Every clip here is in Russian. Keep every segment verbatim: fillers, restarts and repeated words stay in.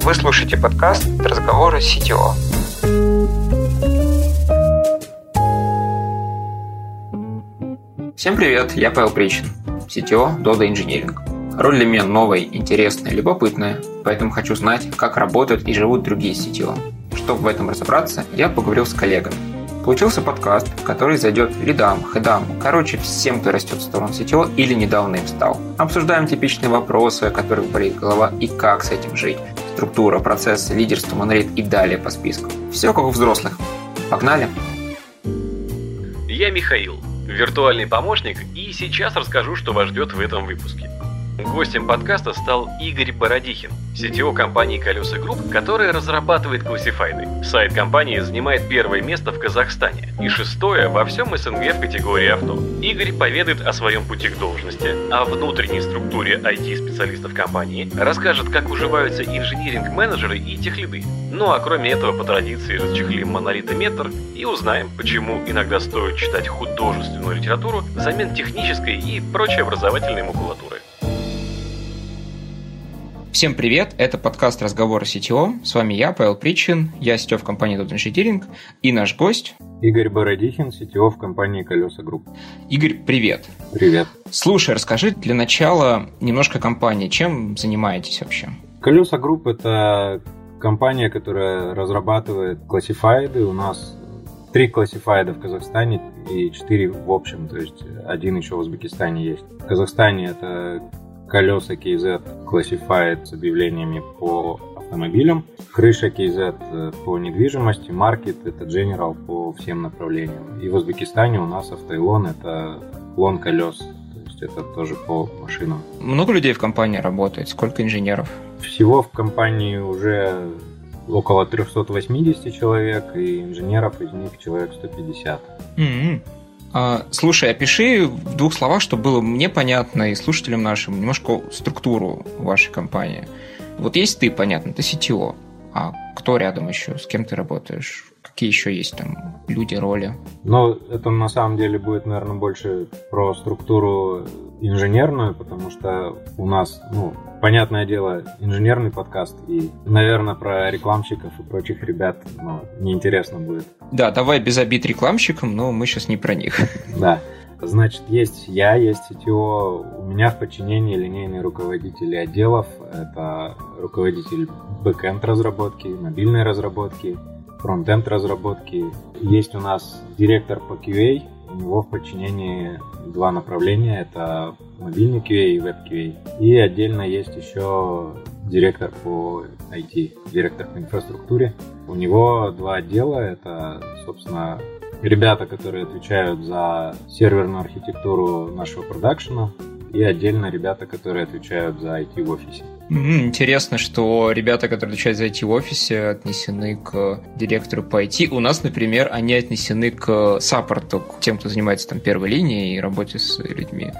Вы слушаете подкаст «Разговоры си ти о». Всем привет, я Павел Причин, си ти о Dodo Engineering. Роль для меня новая, интересная, любопытная, поэтому хочу знать, как работают и живут другие си ти о. Чтобы в этом разобраться, я поговорил с коллегами. Получился подкаст, который зайдет лидам, хедам, короче, всем, кто растет в сторону си ти о или недавно им стал. Обсуждаем типичные вопросы, о которых болит голова и как с этим жить. Структура, процессы, лидерство, монолит и далее по списку. Все как у взрослых. Погнали! Я Михаил, виртуальный помощник, и сейчас расскажу, что вас ждет в этом выпуске. Гостем подкаста стал Игорь Бородихин, си ти о компании «Колеса Групп», которая разрабатывает классифайды. Сайт компании занимает первое место в Казахстане и шестое во всем эс эн гэ в категории авто. Игорь поведает о своем пути к должности, о внутренней структуре ай ти-специалистов компании, расскажет, как уживаются инжиниринг-менеджеры и техлиды. Ну а кроме этого, по традиции, расчехлим монолитометр и узнаем, почему иногда стоит читать художественную литературу взамен технической и прочей образовательной макулатуры. Всем привет, это подкаст «Разговоры си ти о». С вами я, Павел Причин, я си ти о в компании Dodo Engineering, и наш гость Игорь Бородихин, си ти о в компании «Колеса Групп». Игорь, привет. Привет. Слушай, расскажи для начала немножко о компании. Чем занимаетесь вообще? «Колеса Групп» — это компания, которая разрабатывает классифайды. У нас три классифайда в Казахстане и четыре в общем, то есть один еще в Узбекистане есть. В Казахстане это колеса кей зет Classified с объявлениями по автомобилям, крыша кей зет по недвижимости, Market — это General по всем направлениям. И в Узбекистане у нас Автойлон — это лон колес, то есть это тоже по машинам. Много людей в компании работает? Сколько инженеров? Всего в компании уже около триста восемьдесят человек, и инженеров из них человек сто пятьдесят. Mm-hmm. Слушай, опиши в двух словах, чтобы было мне понятно и слушателям нашим немножко структуру вашей компании. Вот есть ты, понятно, ты си ти о, а кто рядом еще, с кем ты работаешь? Какие еще есть там люди, роли? Ну, это на самом деле будет, наверное, больше про структуру инженерную, потому что у нас, ну, понятное дело, инженерный подкаст, и, наверное, про рекламщиков и прочих ребят, ну, неинтересно будет. Да, давай без обид рекламщикам, но мы сейчас не про них. Да. Значит, есть я, есть си ти о, у меня в подчинении линейные руководители отделов, это руководитель бэкэнд разработки, мобильной разработки, фронт-энд разработки. Есть у нас директор по кью эй, у него в подчинении два направления, это мобильный кью эй и веб-кью эй. И отдельно есть еще директор по ай ти, директор по инфраструктуре. У него два отдела, это, собственно, ребята, которые отвечают за серверную архитектуру нашего продакшена, и отдельно ребята, которые отвечают за ай ти в офисе. Интересно, что ребята, которые отвечают за ай ти в офисе, отнесены к директору по ай ти. У нас, например, они отнесены к саппорту, к тем, кто занимается там первой линией и работе с людьми.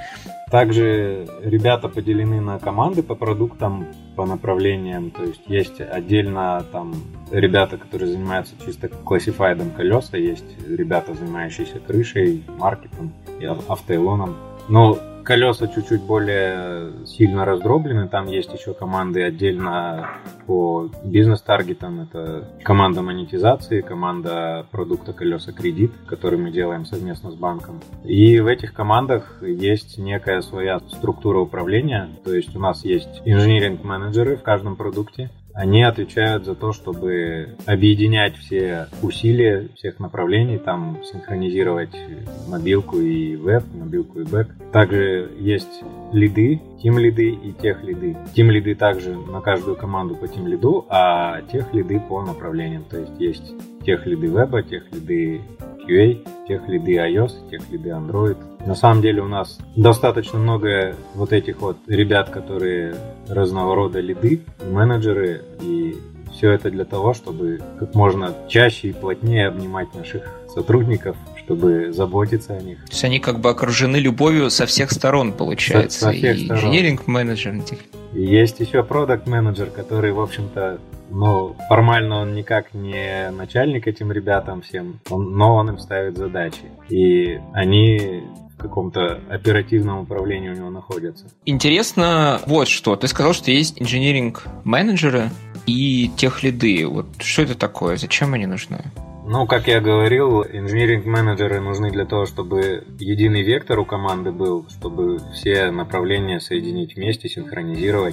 Также ребята поделены на команды по продуктам, по направлениям. То есть есть отдельно там ребята, которые занимаются чисто классифайдом колеса, есть ребята, занимающиеся крышей, маркетом и автойлоном. Но колеса чуть-чуть более сильно раздроблены, там есть еще команды отдельно по бизнес-таргетам, это команда монетизации, команда продукта колеса кредит, который мы делаем совместно с банком. И в этих командах есть некая своя структура управления, то есть у нас есть инжиниринг-менеджеры в каждом продукте. Они отвечают за то, чтобы объединять все усилия всех направлений, там синхронизировать мобилку и веб, мобилку и бэк. Также есть лиды, тим-лиды и тех-лиды. Тим-лиды также на каждую команду по тим-лиду, а тех-лиды по направлениям. То есть есть тех-лиды веба, тех-лиды кью эй, тех-лиды iOS, тех-лиды Android. На самом деле у нас достаточно много вот этих вот ребят, которые разного рода лиды, менеджеры, и все это для того, чтобы как можно чаще и плотнее обнимать наших сотрудников, чтобы заботиться о них. То есть они как бы окружены любовью со всех сторон, получается. Со, со всех и сторон. Инженеринг-менеджер. И есть еще продакт-менеджер, который, в общем-то, ну, формально он никак не начальник этим ребятам всем, он, но он им ставит задачи. И они в каком-то оперативном управлении у него находятся. Интересно вот что. Ты сказал, что есть инженеринг-менеджеры и техлиды. Вот что это такое? Зачем они нужны? Ну, как я говорил, инжиниринг-менеджеры нужны для того, чтобы единый вектор у команды был, чтобы все направления соединить вместе, синхронизировать.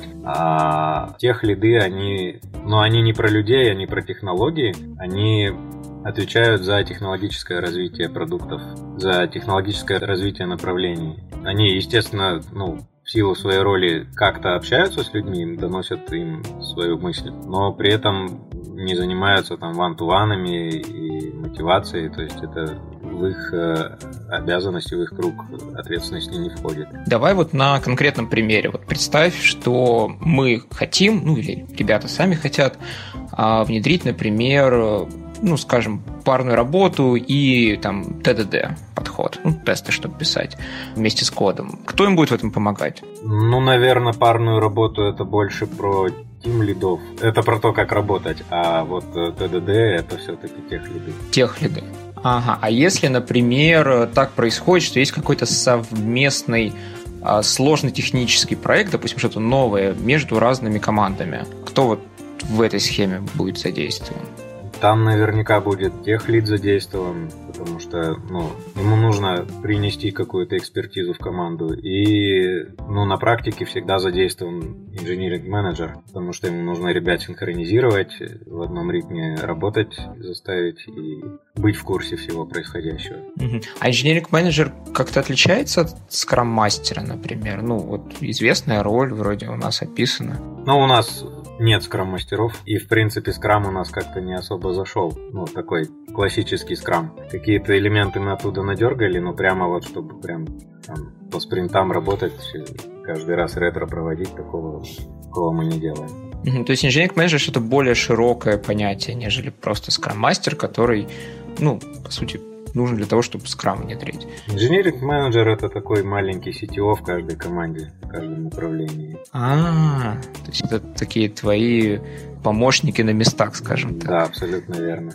А техлиды, они, ну, они не про людей, они про технологии. Они отвечают за технологическое развитие продуктов, за технологическое развитие направлений. Они, естественно, ну, в силу своей роли как-то общаются с людьми, доносят им свою мысль, но при этом не занимаются там ван-ту-ванами и мотивацией, то есть это в их э, обязанности, в их круг ответственности не входит. Давай вот на конкретном примере. Вот представь, что мы хотим, ну или ребята сами хотят э, внедрить, например, ну, скажем, парную работу и там тэ дэ дэ подход, ну, тесты, чтобы писать вместе с кодом. Кто им будет в этом помогать? Ну, наверное, парную работу это больше про тим-лидов. Это про то, как работать, а вот тэ дэ дэ это все-таки техлиды. Техлиды. Ага. А если, например, так происходит, что есть какой-то совместный сложный технический проект, допустим, что-то новое между разными командами, кто вот в этой схеме будет задействован? Там наверняка будет техлид задействован, потому что, ну, ему нужно принести какую-то экспертизу в команду. И, ну, на практике всегда задействован инжиниринг-менеджер, потому что ему нужно ребят синхронизировать, в одном ритме работать, заставить и быть в курсе всего происходящего. Uh-huh. А инжиниринг-менеджер как-то отличается от скрам-мастера, например? Ну, вот известная роль вроде у нас описана. Ну, у нас нет скрам-мастеров, и, в принципе, скрам у нас как-то не особо зашел. Ну, такой классический скрам. Какие-то элементы мы оттуда надергали, но прямо вот, чтобы прям там, по спринтам работать, каждый раз ретро проводить, такого, такого мы не делаем. Mm-hmm. То есть инженер-менеджер – это более широкое понятие, нежели просто скрам-мастер, который, ну, по сути, нужен для того, чтобы скрам внедрить. Инженеринг-менеджер – это такой маленький си ти о в каждой команде, в каждом направлении. А, то есть это такие твои помощники на местах, скажем так. Да, абсолютно верно.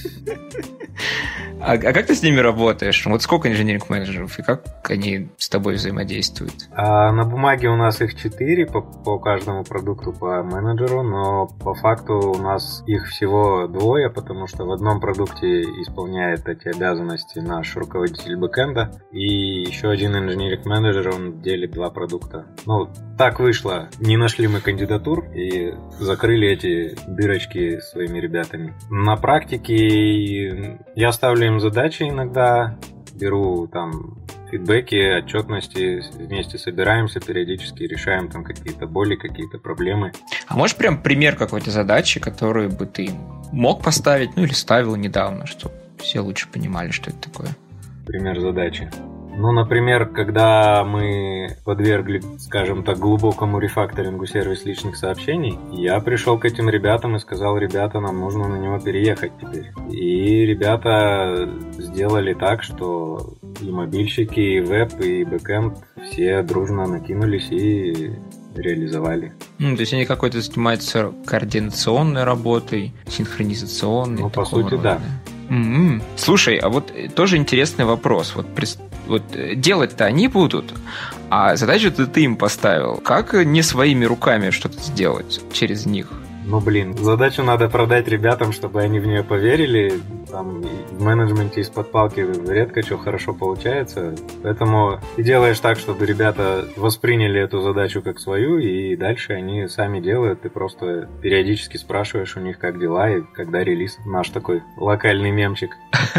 А, а как ты с ними работаешь? Вот сколько инженеринг-менеджеров и как они с тобой взаимодействуют? А на бумаге у нас их четыре по, по каждому продукту по менеджеру, но по факту у нас их всего двое, потому что в одном продукте исполняет эти обязанности наш руководитель бэкэнда, и еще один инженеринг-менеджер, он делит два продукта. Ну, так вышло. Не нашли мы кандидатур и закрыли эти дырочки своими ребятами. На практике я ставлю им задачи иногда, беру там фидбэки, отчетности, вместе собираемся, периодически решаем там какие-то боли, какие-то проблемы. А можешь прям пример какой-то задачи, которую бы ты мог поставить, ну или ставил недавно, чтобы все лучше понимали, что это такое? Пример задачи. Ну, например, когда мы подвергли, скажем так, глубокому рефакторингу сервис личных сообщений, я пришел к этим ребятам и сказал: ребята, нам нужно на него переехать теперь. И ребята сделали так, что и мобильщики, и веб, и бэкэнд все дружно накинулись и реализовали. Ну, то есть они какой-то занимаются координационной работой, синхронизационной. Ну, по сути, рода, да. Mm-hmm. Слушай, а вот тоже интересный вопрос. Вот, вот делать-то они будут, а задачу-то ты им поставил. Как не своими руками что-то сделать через них? Ну, блин, задачу надо продать ребятам, чтобы они в нее поверили. Там в менеджменте из-под палки редко что хорошо получается. Поэтому ты делаешь так, чтобы ребята восприняли эту задачу как свою, и дальше они сами делают. Ты просто периодически спрашиваешь у них, как дела, и когда релиз. Наш такой локальный мемчик.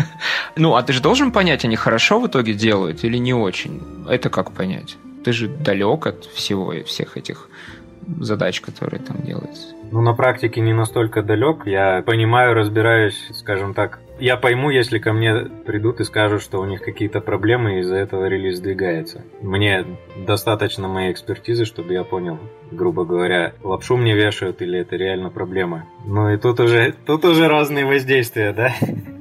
Ну, а ты же должен понять, они хорошо в итоге делают или не очень? Это как понять? Ты же далек от всего и всех этих задач, которые там делаются. Ну, на практике не настолько далек. Я понимаю, разбираюсь, скажем так. Я пойму, если ко мне придут и скажут, что у них какие-то проблемы, и из-за этого релиз сдвигается. Мне достаточно моей экспертизы, чтобы я понял, грубо говоря, лапшу мне вешают или это реально проблема. Ну и тут уже, тут уже разные воздействия, да?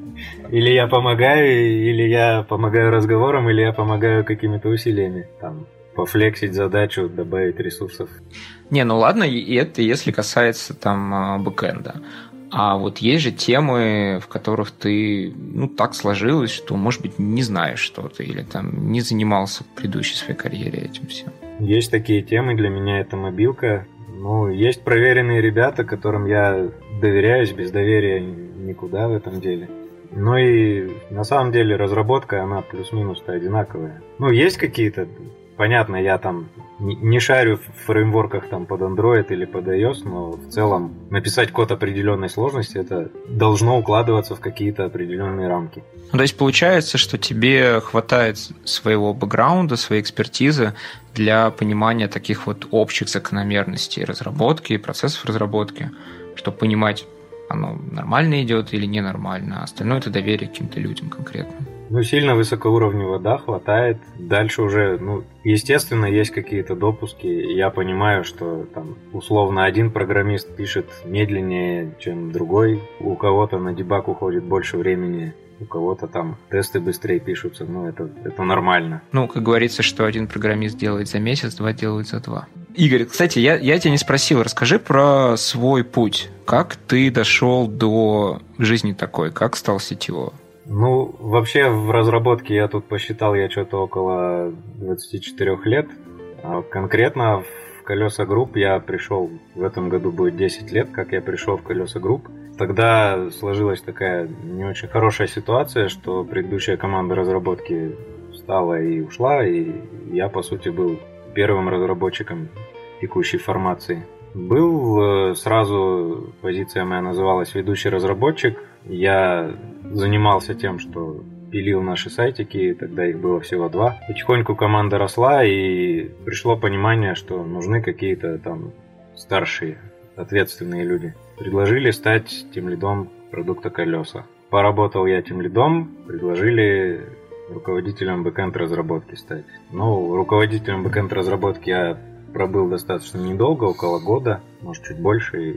Или я помогаю, или я помогаю разговором, или я помогаю какими-то усилиями. Там, пофлексить задачу, добавить ресурсов. Не, ну ладно, и это если касается там бэкэнда. А вот есть же темы, в которых ты, ну, так сложилось, что, может быть, не знаешь что-то, или там не занимался в предыдущей своей карьере этим всем. Есть такие темы, для меня это мобилка. Ну, есть проверенные ребята, которым я доверяюсь, без доверия никуда в этом деле. Ну и на самом деле разработка, она плюс-минус-то одинаковая. Ну, есть какие-то, понятно, я там не шарю в фреймворках там под Android или под iOS, но в целом написать код определенной сложности, это должно укладываться в какие-то определенные рамки. Ну, то есть получается, что тебе хватает своего бэкграунда, своей экспертизы для понимания таких вот общих закономерностей разработки и процессов разработки, чтобы понимать, оно нормально идет или ненормально, а остальное это доверие к каким-то людям конкретно. Ну, сильно высокоуровневого, да, хватает. Дальше уже, ну, естественно, есть какие-то допуски. Я понимаю, что там условно один программист пишет медленнее, чем другой. У кого-то на дебаг уходит больше времени, у кого-то там тесты быстрее пишутся. Ну, это, это нормально. Ну, как говорится, что один программист делает за месяц, два делают за два. Игорь, кстати, я, я тебя не спросил, расскажи про свой путь. Как ты дошел до жизни такой? Как стал си ти о? Ну, вообще в разработке я тут посчитал, я что-то около двадцати четырёх лет. А конкретно в Колеса Групп я пришел, в этом году будет десять лет, как я пришел в Колеса Групп. Тогда сложилась такая не очень хорошая ситуация, что предыдущая команда разработки встала и ушла, и я, по сути, был первым разработчиком текущей формации. Был сразу, позиция моя называлась ведущий разработчик. Я занимался тем, что пилил наши сайтики, тогда их было всего два. Потихоньку команда росла, и пришло понимание, что нужны какие-то там старшие, ответственные люди. Предложили стать тимлидом продукта Колеса. Поработал я тимлидом, предложили руководителем бэкэнд разработки стать. Ну, руководителем бэкэнд разработки я пробыл достаточно недолго, около года, может чуть больше,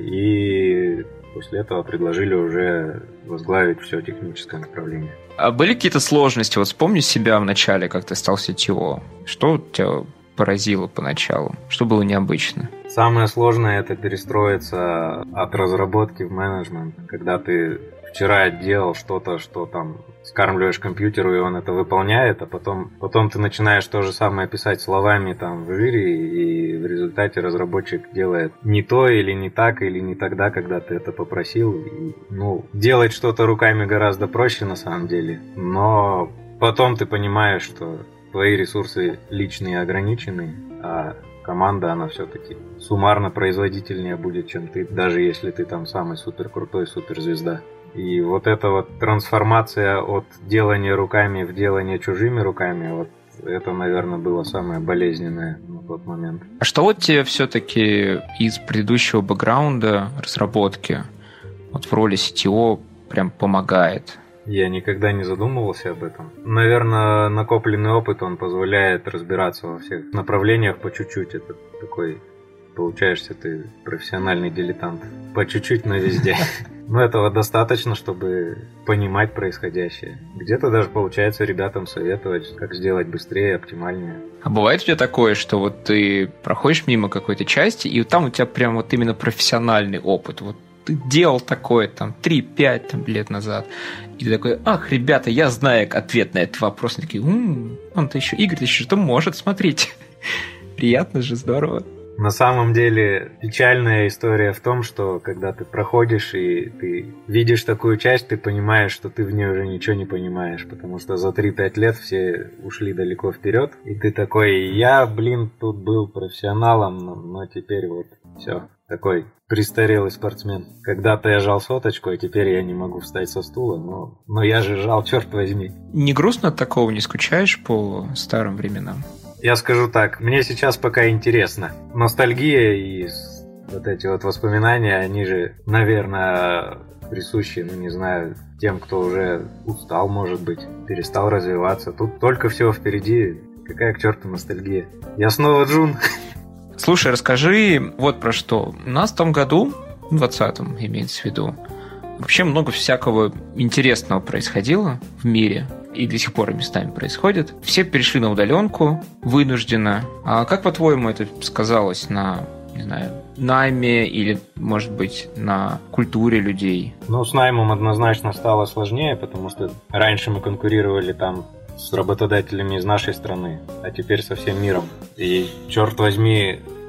и после этого предложили уже возглавить все техническое направление. А были какие-то сложности? Вот вспомни себя в начале, как ты стал си ти о. Что тебя поразило поначалу? Что было необычно? Самое сложное — это перестроиться от разработки в менеджмент, когда ты вчера делал что-то, что там скармливаешь компьютеру, и он это выполняет, а потом, потом ты начинаешь то же самое писать словами там в жире, и в результате разработчик делает не то или не так, или не тогда, когда ты это попросил. И, ну, делать что-то руками гораздо проще на самом деле, но потом ты понимаешь, что твои ресурсы личные ограничены, а команда, она все-таки суммарно производительнее будет, чем ты, даже если ты там самый супер крутой, суперзвезда. И вот эта вот трансформация от делания руками в делание чужими руками, вот это, наверное, было самое болезненное на тот момент. А что вот тебе все-таки из предыдущего бэкграунда разработки вот в роли си ти о прям помогает? Я никогда не задумывался об этом. Наверное, накопленный опыт, он позволяет разбираться во всех направлениях по чуть-чуть. Это такой, получаешься ты профессиональный дилетант. По чуть-чуть, но везде. Но этого достаточно, чтобы понимать происходящее. Где-то даже получается ребятам советовать, как сделать быстрее, оптимальнее. А бывает у тебя такое, что вот ты проходишь мимо какой-то части, и там у тебя прям вот именно профессиональный опыт. Вот ты делал такое там три-пять там, лет назад, и ты такой: ах, ребята, я знаю ответ на этот вопрос. И такие: м-м, он-то еще, Игорь, еще что может, смотрите. Приятно же, здорово. На самом деле печальная история в том, что когда ты проходишь и ты видишь такую часть, ты понимаешь, что ты в ней уже ничего не понимаешь, потому что за три-пять лет все ушли далеко вперед, и ты такой: я, блин, тут был профессионалом, но, но теперь вот все, такой престарелый спортсмен. Когда-то я жал соточку, а теперь я не могу встать со стула, но, но я же жал, черт возьми. Не грустно от такого, не скучаешь по старым временам? Я скажу так, мне сейчас пока интересно. Ностальгия и вот эти вот воспоминания, они же, наверное, присущи, ну не знаю, тем, кто уже устал, может быть, перестал развиваться. Тут только все впереди. Какая к черту ностальгия? Я снова Джун. Слушай, расскажи вот про что. У нас в том году, в двадцатом имеется в виду, вообще много всякого интересного происходило в мире. И до сих пор местами происходит. Все перешли на удаленку вынужденно. А как, по-твоему, это сказалось на, не знаю, найме или, может быть, на культуре людей? Ну, с наймом однозначно стало сложнее, потому что раньше мы конкурировали там с работодателями из нашей страны, а теперь со всем миром. И, черт возьми,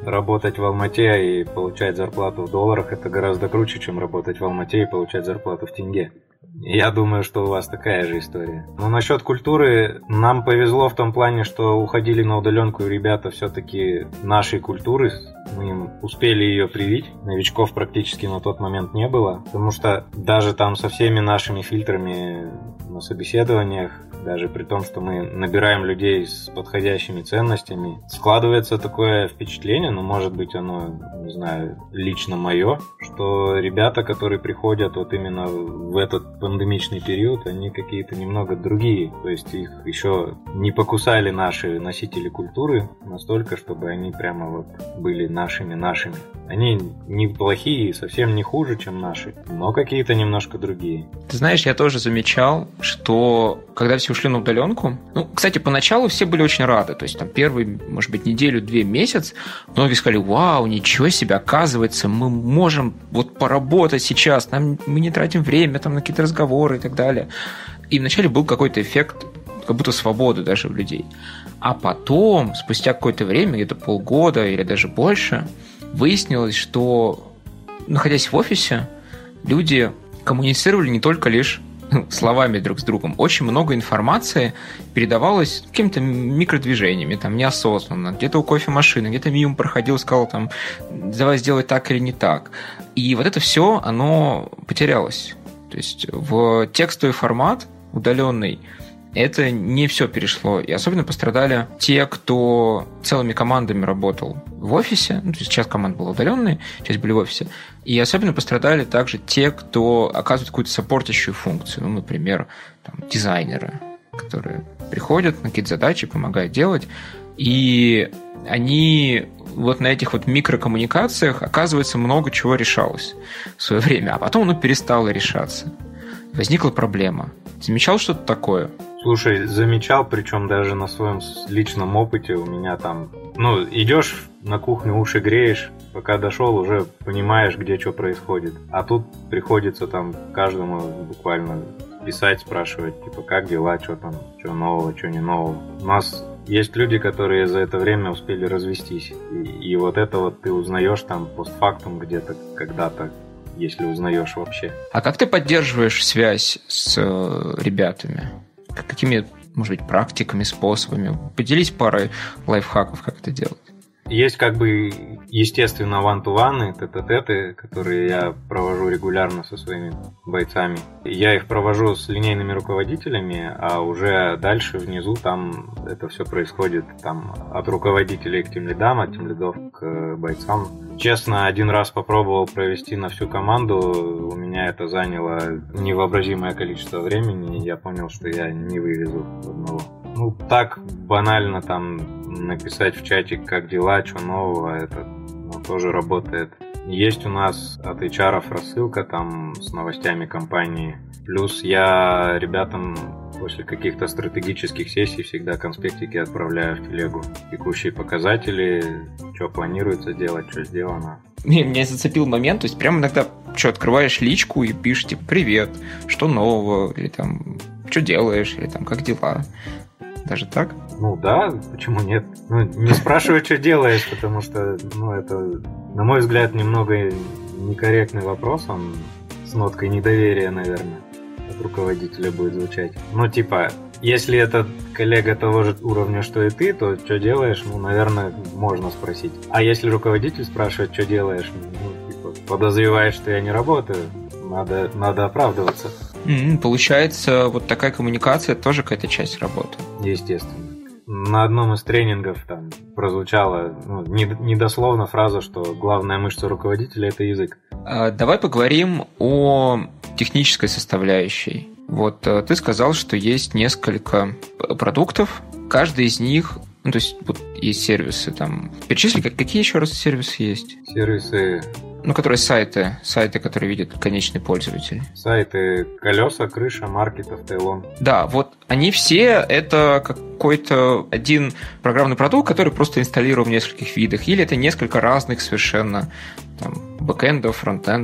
работать в Алмате и получать зарплату в долларах, это гораздо круче, чем работать в Алмате и получать зарплату в тенге. Я думаю, что у вас такая же история. Но насчет культуры, нам повезло в том плане, что уходили на удаленку ребята все-таки нашей культуры. Мы им успели ее привить. Новичков практически на тот момент не было. Потому что даже там со всеми нашими фильтрами на собеседованиях, даже при том, что мы набираем людей с подходящими ценностями, складывается такое впечатление, но может быть оно, не знаю, лично мое, что ребята, которые приходят вот именно в этот пандемичный период, они какие-то немного другие. То есть их еще не покусали наши носители культуры настолько, чтобы они прямо вот были нашими-нашими. Они неплохие, совсем не хуже, чем наши, но какие-то немножко другие. Ты знаешь, я тоже замечал, что когда все ушли на удаленку, ну, кстати, поначалу все были очень рады, то есть там первый, может быть, неделю-две, месяц, многие сказали: вау, ничего себе, оказывается, мы можем вот поработать сейчас, нам, мы не тратим время там на какие-то разговоры и так далее. И вначале был какой-то эффект, как будто свободы даже у людей. А потом, спустя какое-то время, где-то полгода или даже больше, выяснилось, что, находясь в офисе, люди коммуницировали не только лишь словами друг с другом. Очень много информации передавалось какими-то микродвижениями, там, неосознанно. Где-то у кофемашины, где-то мимо проходил, сказал, там, давай сделать так или не так. И вот это все, оно потерялось. То есть в текстовый формат удаленный это не все перешло. И особенно пострадали те, кто целыми командами работал в офисе. Ну, то есть часть команд была удаленной, часть были в офисе. И особенно пострадали также те, кто оказывает какую-то саппортящую функцию. Ну, например, там, дизайнеры, которые приходят на какие-то задачи, помогают делать. И они вот на этих вот микрокоммуникациях, оказывается, много чего решалось в свое время. А потом оно перестало решаться. Возникла проблема. Замечал что-то такое? Слушай, замечал, причем даже на своем личном опыте у меня там... Ну, идешь на кухню, уши греешь, пока дошел, уже понимаешь, где что происходит. А тут приходится там каждому буквально писать, спрашивать, типа, как дела, что там, что нового, что не нового. У нас есть люди, которые за это время успели развестись. И, и вот это вот ты узнаешь там постфактум где-то, когда-то, если узнаешь вообще. А как ты поддерживаешь связь с э, ребятами? Какими, может быть, практиками, способами? Поделись парой лайфхаков, как это делать. Есть как бы, естественно, ван-ту-ваны, тет-а-теты, которые я провожу регулярно со своими бойцами. Я их провожу с линейными руководителями, а уже дальше внизу там это все происходит там от руководителей к тимлидам, от тимлидов к бойцам. Честно, один раз попробовал провести на всю команду, у меня это заняло невообразимое количество времени, и я понял, что я не вывезу одного. Ну, так банально там написать в чатик, как дела, что нового, это ну, тоже работает. Есть у нас от эйч ар рассылка там с новостями компании. Плюс я ребятам после каких-то стратегических сессий всегда конспектики отправляю в телегу. Текущие показатели, что планируется делать, что сделано. Меня зацепил момент, то есть прямо иногда что, открываешь личку и пишешь, типа, привет, что нового, или там, что делаешь, или там, как дела. Даже так? Ну да, почему нет? Ну, не спрашивай, что делаешь, потому что, ну, это, на мой взгляд, немного некорректный вопрос, он с ноткой недоверия, наверное, от руководителя будет звучать. Ну, типа, если это коллега того же уровня, что и ты, то что делаешь, ну, наверное, можно спросить. А если руководитель спрашивает, что делаешь, ну, типа, подозревает, что я не работаю, надо, надо оправдываться. Mm-hmm. Получается, вот такая коммуникация тоже какая-то часть работы. Естественно. На одном из тренингов там прозвучала ну, недословно фраза, что главная мышца руководителя – это язык. А, давай поговорим о технической составляющей. Вот ты сказал, что есть несколько продуктов, каждый из них, ну, то есть вот есть сервисы там. Перечисли, какие еще раз сервисы есть? Сервисы... Ну, которые сайты, сайты, которые видит конечный пользователь. Сайты колеса, крыша, маркет, автоэлон. Да, вот они все это какой-то один программный продукт, который просто инсталлирован в нескольких видах, или это несколько разных совершенно там, бэкэндов, фронтендов,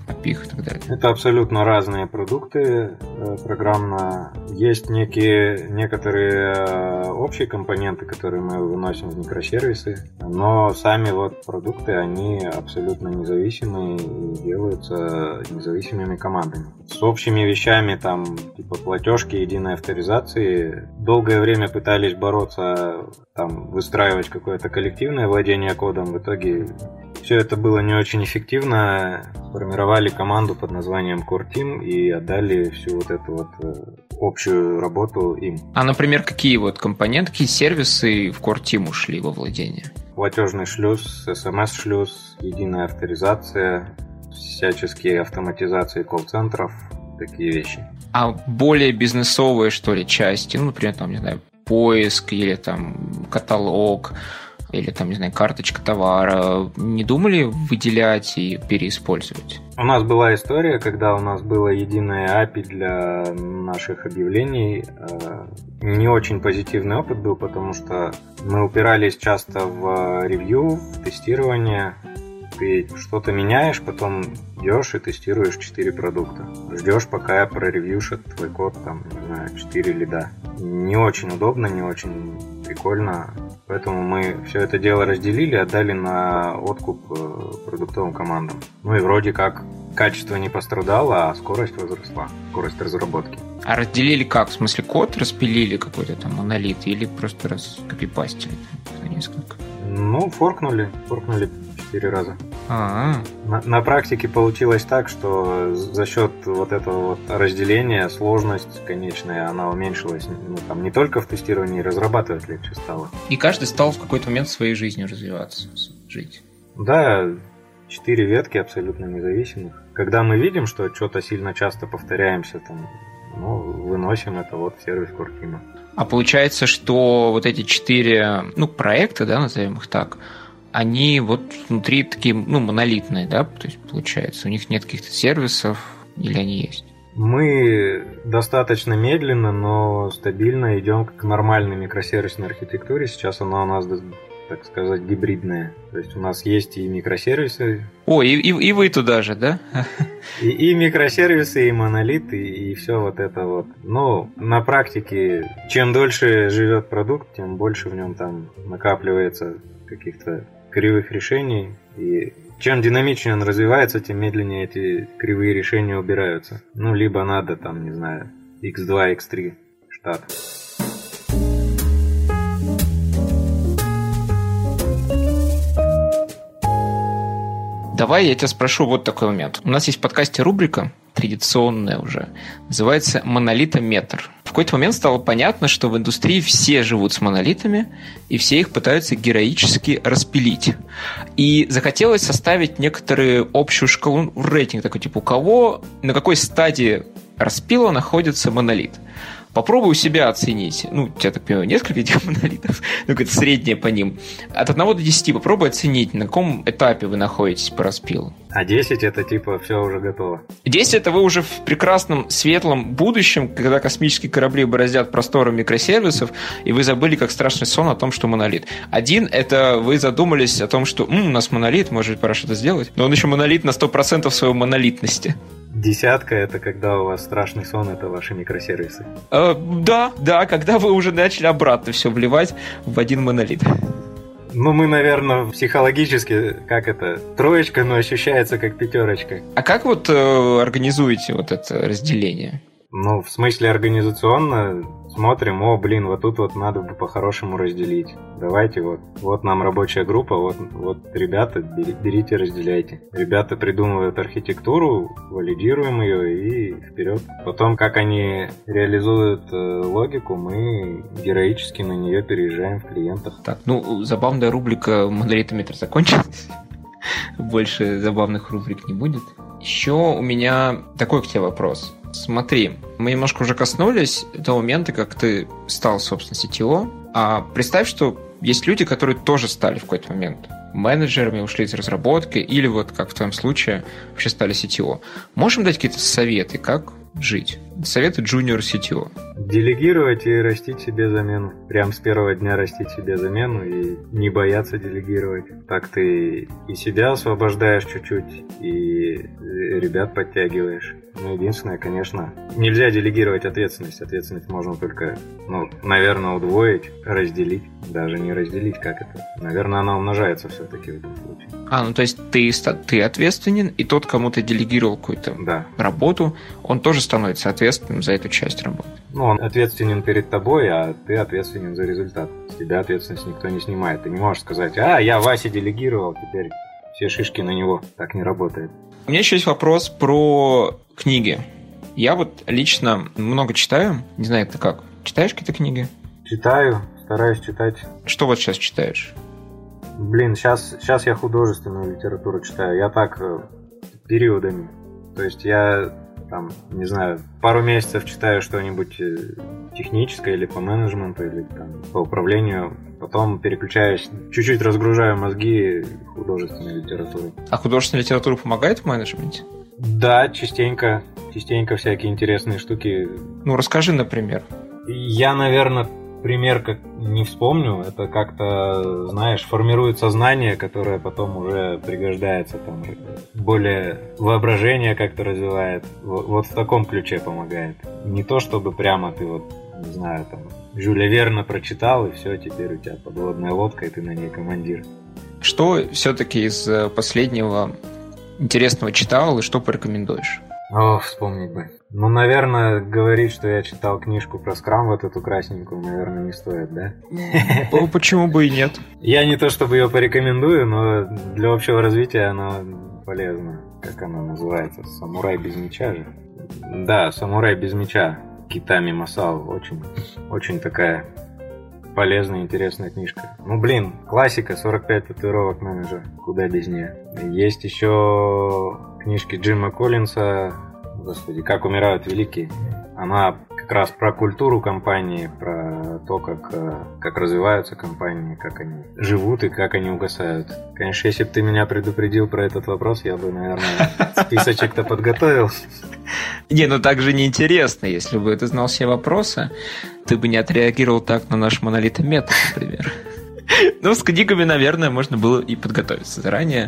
эй пи ай и так далее? Это абсолютно разные продукты программно. Есть некие, некоторые общие компоненты, которые мы выносим в микросервисы, но сами вот продукты, они абсолютно независимые и делаются независимыми командами. С общими вещами, там, типа платежки, единой авторизации, долгое время пытались бороться, там, выстраивать какое-то коллективное владение кодом. В итоге все это было не очень эффективно. Сформировали команду под названием Core Team и отдали всю вот эту вот общую работу им. А, например, какие вот компоненты, какие сервисы в Core Team ушли во владение? Платежный шлюз, эс эм эс-шлюз, единая авторизация, всяческие автоматизации колл-центров, такие вещи. А более бизнесовые, что ли, части, ну, например, там, не знаю, поиск или там каталог, или там, не знаю, карточка товара, не думали выделять и переиспользовать? У нас была история, когда у нас было единое эй пи ай для наших объявлений. Не очень позитивный опыт был, потому что мы упирались часто в ревью, в тестирование. Ты что-то меняешь, потом идешь и тестируешь четыре продукта. Ждешь, пока проревьюшат твой код, там, не знаю, четыре лида. Не очень удобно, не очень прикольно. Поэтому мы все это дело разделили, отдали на откуп продуктовым командам. Ну и вроде как качество не пострадало, а скорость возросла, скорость разработки. А разделили как? В смысле, код распилили какой-то там монолит или просто раскопипастили на несколько? Ну, форкнули, форкнули четыре раза. А-а-а. На, на практике получилось так, что за счет вот этого вот разделения сложность конечная, она уменьшилась. Ну, там не только в тестировании, разрабатывать легче стало. И каждый стал в какой-то момент своей жизнью развиваться, жить. Да, четыре ветки абсолютно независимых. Когда мы видим, что что-то сильно часто повторяемся, там, ну, выносим это вот в сервис Core Team. А получается, что вот эти четыре, ну, проекта, да, назовем их так, они вот внутри такие, ну, монолитные, да, то есть получается, у них нет каких-то сервисов или они есть? Мы достаточно медленно, но стабильно идем к нормальной микросервисной архитектуре. Сейчас она у нас, так сказать, гибридная. То есть у нас есть и микросервисы. О, и, и, и вы туда же, да? И, и микросервисы, и монолиты, и все вот это вот. Ну, на практике, чем дольше живет продукт, тем больше в нем там накапливается каких-то кривых решений. И чем динамичнее он развивается, тем медленнее эти кривые решения убираются. Ну, либо надо там, не знаю, икс два, икс три штат. Давай я тебя спрошу вот такой момент. У нас есть в подкасте рубрика, традиционная уже, называется «Монолитометр». В какой-то момент стало понятно, что в индустрии все живут с монолитами, и все их пытаются героически распилить. И захотелось составить некоторую общую шкалу, рейтинг такой, типа, у кого, на какой стадии распила находится монолит. Попробуй у себя оценить. Ну, у тебя, так понимаю, несколько этих монолитов, ну, какое-то среднее по ним. От одного до десяти попробуй оценить, на каком этапе вы находитесь по распилу. А десять это типа все уже готово. десять это вы уже в прекрасном светлом будущем, когда космические корабли бороздят просторы микросервисов, и вы забыли, как страшный сон о том, что монолит. Один это вы задумались о том, что М, у нас монолит, может, пора что-то сделать, но он еще монолит на сто процентов своей монолитности. Десятка — это когда у вас страшный сон, это ваши микросервисы. Э, да, да, когда вы уже начали обратно все вливать в один монолит. Ну, мы, наверное, психологически, как это, троечка, но ощущается как пятерочка. А как вот э, организуете вот это разделение? Ну, в смысле организационно смотрим, о, блин, вот тут вот надо бы по-хорошему разделить. Давайте вот, вот нам рабочая группа, вот, вот ребята, берите, разделяйте. Ребята придумывают архитектуру, валидируем ее и вперед. Потом, как они реализуют э, логику, мы героически на нее переезжаем в клиентах. Так, ну, забавная рубрика «Монолитометр» закончилась. Больше забавных рубрик не будет. Еще у меня такой к тебе вопрос. Смотри, мы немножко уже коснулись до момента, как ты стал, собственно, си ти о. А представь, что есть люди, которые тоже стали в какой-то момент менеджерами, ушли из разработки, или вот, как в твоем случае, вообще стали си ти о. Можем дать какие-то советы, как жить? Советы джуниор си ти о. Делегировать и растить себе замену. Прям с первого дня растить себе замену и не бояться делегировать. Так ты и себя освобождаешь чуть-чуть, и ребят подтягиваешь. Ну, единственное, конечно, нельзя делегировать ответственность. Ответственность можно только, ну, наверное, удвоить, разделить. Даже не разделить, как это. Наверное, она умножается все-таки в этом случае. А, ну то есть ты, ты ответственен, и тот, кому ты делегировал какую-то да. работу, он тоже становится ответственным за эту часть работы. Ну, он ответственен перед тобой, а ты ответственен за результат. С тебя ответственность никто не снимает. Ты не можешь сказать: а, я Васе делегировал, теперь все шишки на него. Так не работает. У меня еще есть вопрос про книги. Я вот лично много читаю. Не знаю, ты как? Читаешь какие-то книги? Читаю, стараюсь читать. Что вот сейчас читаешь? Блин, сейчас, сейчас я художественную литературу читаю. Я так периодами. То есть я там, не знаю, пару месяцев читаю что-нибудь техническое или по менеджменту, или там, по управлению. Потом переключаюсь, чуть-чуть разгружаю мозги художественной литературой. А художественная литература помогает в менеджменте? Да, частенько. Частенько всякие интересные штуки. Ну, расскажи, например. Я, наверное, пример как не вспомню. Это как-то, знаешь, формирует сознание, которое потом уже пригождается, там, более воображение как-то развивает. Вот, вот в таком ключе помогает. Не то, чтобы прямо ты вот, не знаю, там, Жюля Верна прочитал, и все, теперь у тебя подводная лодка, и ты на ней командир. Что все-таки из последнего интересного читал, и что порекомендуешь? О, вспомнить бы. Ну, наверное, говорить, что я читал книжку про скрам, вот эту красненькую, наверное, не стоит, да? Ну, почему бы и нет? Я не то чтобы ее порекомендую, но для общего развития она полезна. Как она называется? «Самурай без меча» же? Да, «Самурай без меча». Китами Масао. Очень, очень такая полезная, интересная книжка. Ну, блин, классика, сорок пять татуировок менеджер. Куда без нее. Есть еще книжки Джима Коллинса, господи, «Как умирают великие». Она как раз про культуру компании, про то, как, как развиваются компании, как они живут и как они угасают. Конечно, если бы ты меня предупредил про этот вопрос, я бы, наверное, списочек-то подготовил. Не, ну так же неинтересно. Если бы ты знал все вопросы, ты бы не отреагировал так на наш монолитометр, например. Ну, с книгами, наверное, можно было и подготовиться заранее.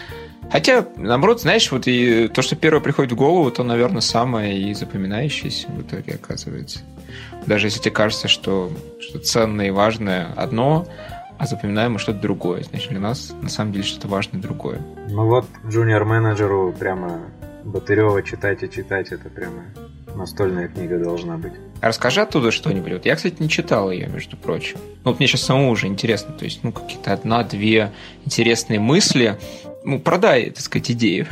Хотя, наоборот, знаешь, вот и то, что первое приходит в голову, то, наверное, самое и запоминающееся в итоге оказывается. Даже если тебе кажется, что что ценное и важное одно, а запоминаемое что-то другое. Значит, для нас на самом деле что-то важное другое. Ну вот, джуниор-менеджеру прямо Батырева читать и читать, это прямо настольная книга должна быть. А расскажи оттуда что-нибудь. Вот я, кстати, не читал ее, между прочим. Ну, вот мне сейчас самому уже интересно. То есть, ну, какие-то одна-две интересные мысли. Ну, продай, так сказать, идею.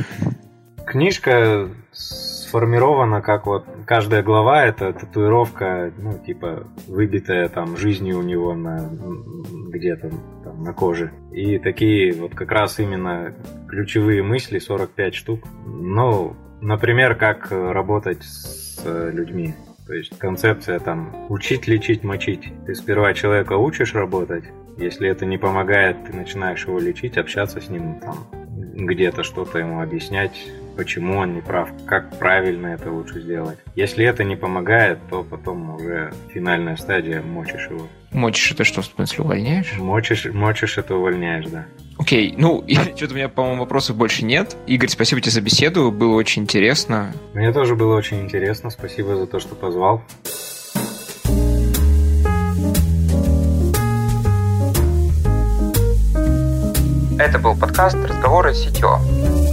Книжка сформирована как вот каждая глава — это татуировка, ну, типа, выбитая там жизнью у него на где-то там на коже. И такие вот как раз именно ключевые мысли, сорок пять штук. Ну, например, как работать с людьми. То есть концепция там учить, лечить, мочить. Ты сперва человека учишь работать. Если это не помогает, ты начинаешь его лечить, общаться с ним, там, где-то что-то ему объяснять, почему он не прав, как правильно это лучше сделать. Если это не помогает, то потом уже финальная стадия, мочишь его. Мочишь это что, в смысле, увольняешь? Мочишь, мочишь это увольняешь, да. Окей, ну, что-то у меня, по-моему, вопросов больше нет. Игорь, спасибо тебе за беседу, было очень интересно. Мне тоже было очень интересно, спасибо за то, что позвал. Это был подкаст «Разговоры с си ти о».